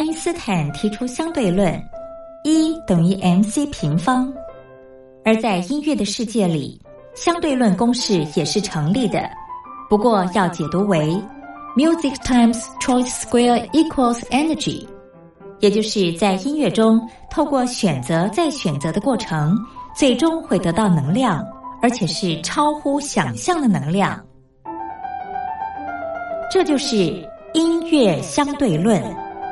因斯坦提出相对论，E等于 mc 平方。而在音乐的世界里，相对论公式也是成立的，不过要解读为 music times choice square equals energy， 也就是在音乐中透过选择再选择的过程，最终会得到能量，而且是超乎想象的能量。这就是音乐相对论。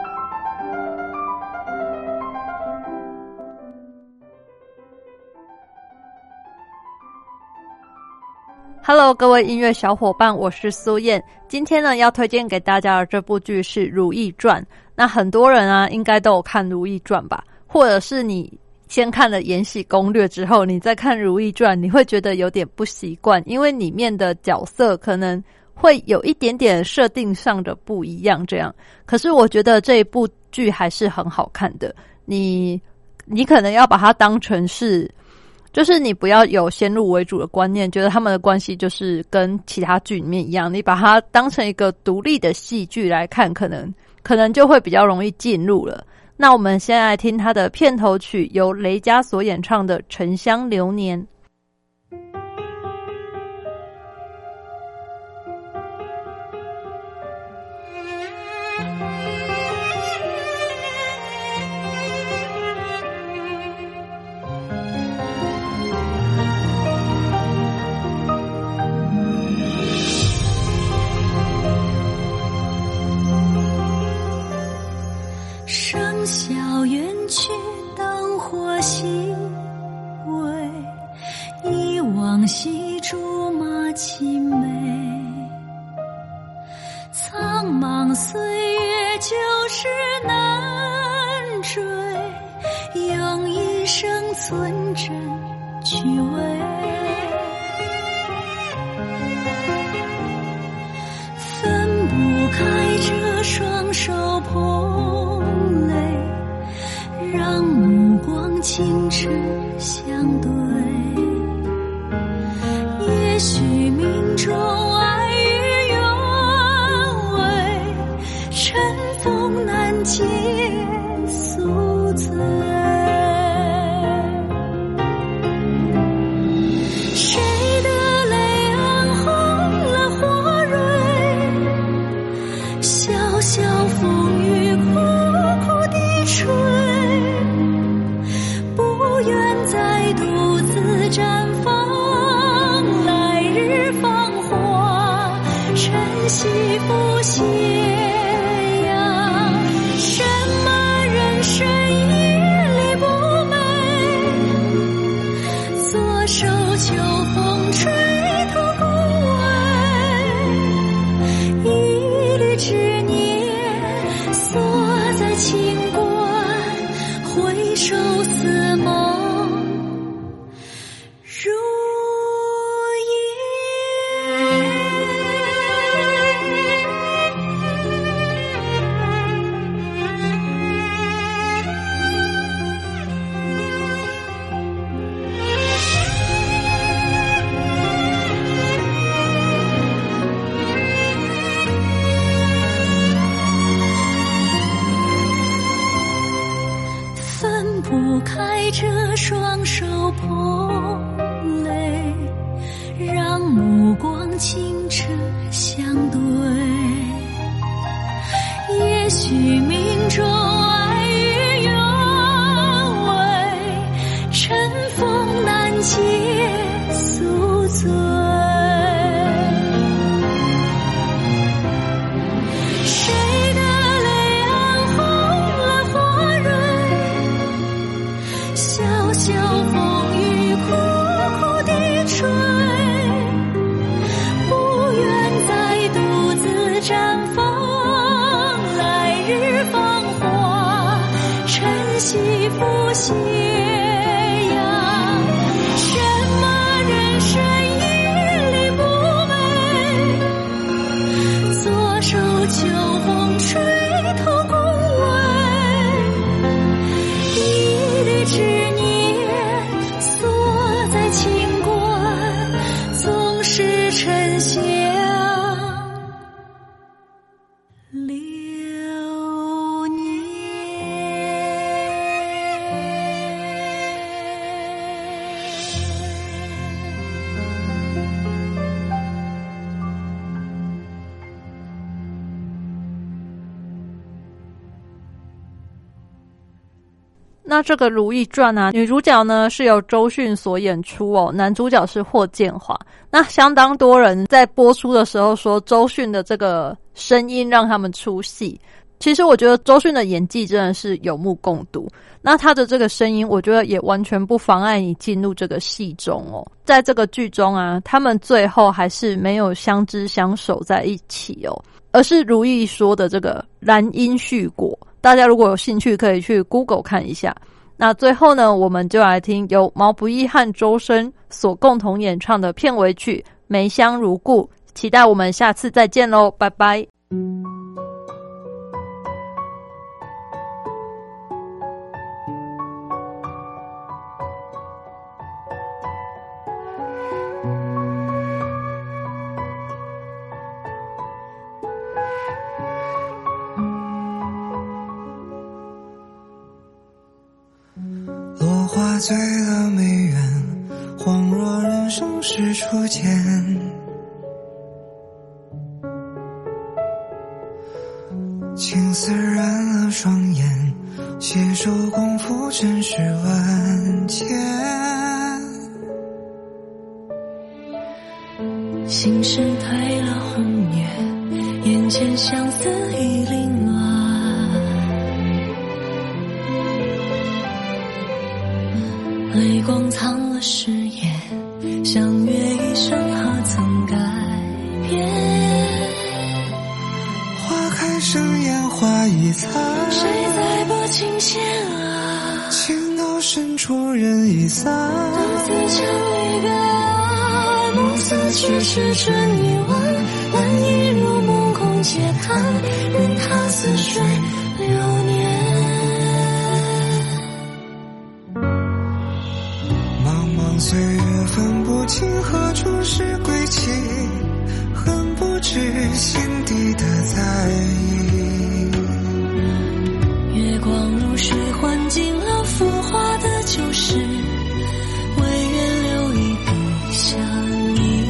Hello， 各位音乐小伙伴，我是苏燕。今天呢，要推荐给大家的这部剧是《如懿传》。那很多人啊，应该都有看《如懿传》吧？或者是你先看了《延禧攻略》之后，你再看《如懿传》，你会觉得有点不习惯，因为里面的角色可能会有一点点设定上的不一样。这样，可是我觉得这一部剧还是很好看的。你可能要把它当成是。就是你不要有先入为主的观念，觉得他们的关系就是跟其他剧里面一样，你把它当成一个独立的戏剧来看，可能就会比较容易进入了。那我们先来听它的片头曲，由雷佳所演唱的《沉香流年》。 笙箫远去，灯火稀微，忆往昔竹马青梅。苍茫岁月旧事难追，用一生存真趣味。分不开这双手捧泪，让目光清澈相对。也许命中爱与愿违，尘封难解宿醉。谁的泪暗红了花蕊，潇潇风雨苦苦地吹，不愿再独自绽放来日芳华，晨曦不歇呀。什么人生一缕不美，左手秋风吹透枯萎，一缕执念锁在清关，回首似梦如分不开这双手捧泪，让目光清澈相对。也许命中爱与愿违，尘封难解宿醉。谁的泪暗红了花蕊，潇潇风雨苦苦地吹，不愿再独自绽放来日芳华，晨曦不歇呀。什么人生一缕不美，左手秋风吹透枯萎，一缕执念锁在清关，总是沉香流年。 那这个《如懿传》啊，女主角呢是由周迅所演出哦，男主角是霍建华。那相当多人在播出的时候说周迅的这个声音让他们出戏。其实我觉得周迅的演技真的是有目共睹，那他的这个声音我觉得也完全不妨碍你进入这个戏中哦。在这个剧中啊，他们最后还是没有相知相守在一起哦，而是如懿说的这个兰因絮果，大家如果有兴趣可以去 Google 看一下。那最后呢，我们就来听由毛不易和周深所共同演唱的片尾曲《梅香如故》，期待我们下次再见咯，拜拜。 花醉了梅园，恍若人生是初见。青丝染了双眼，携手共赴尘世万千。 心事褪了红颜，眼前相思已凌乱。泪光藏了誓言，相约一生何曾改变。 花开生烟花易残， 谁在拨琴弦啊？ 情到深处人已散， 独自唱离别啊，暮色迟迟春已晚，难以入梦空嗟叹，任它似水流年。 岁月分不清何处是归期，恨不知心底的在意。 月光如水换尽了浮华的旧事，唯愿留一笔相依。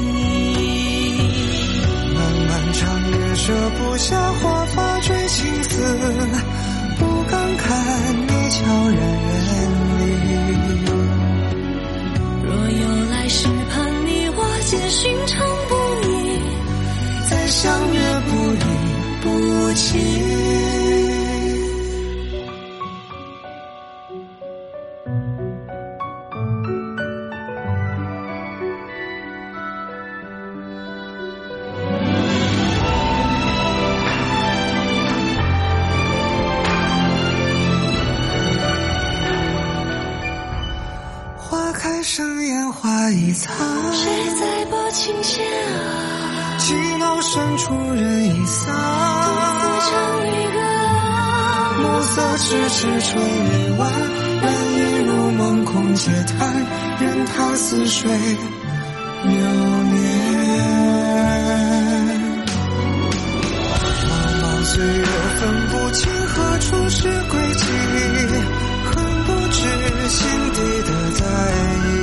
漫漫长夜舍不下华发追青丝，不敢看你悄然远离。 若有来世盼你我皆寻常不易， 再相约不离不弃。生烟花易残， 谁在拨琴弦啊？ 寂寥深处人已散， 独自唱离歌啊， 暮色迟迟春已晚，难以入梦空嗟叹，任它似水流年。茫茫岁月分不清何处是归期，恨不知心底的在意。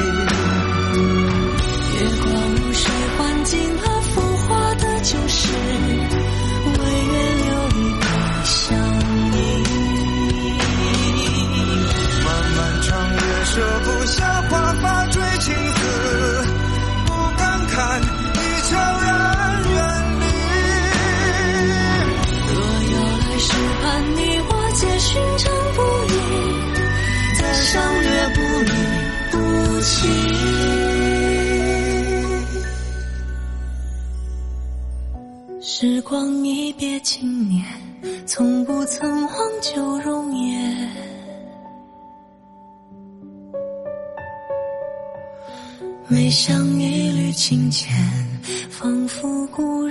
月光如水换尽了浮华的旧事，唯愿留一笔相依。 漫漫长夜舍不下华发追青丝，不敢看你悄然远离。 若有来世盼你我皆寻常不易，再相约不离不弃。时光一别经年，从不曾忘旧容颜。每想一缕清浅，仿佛故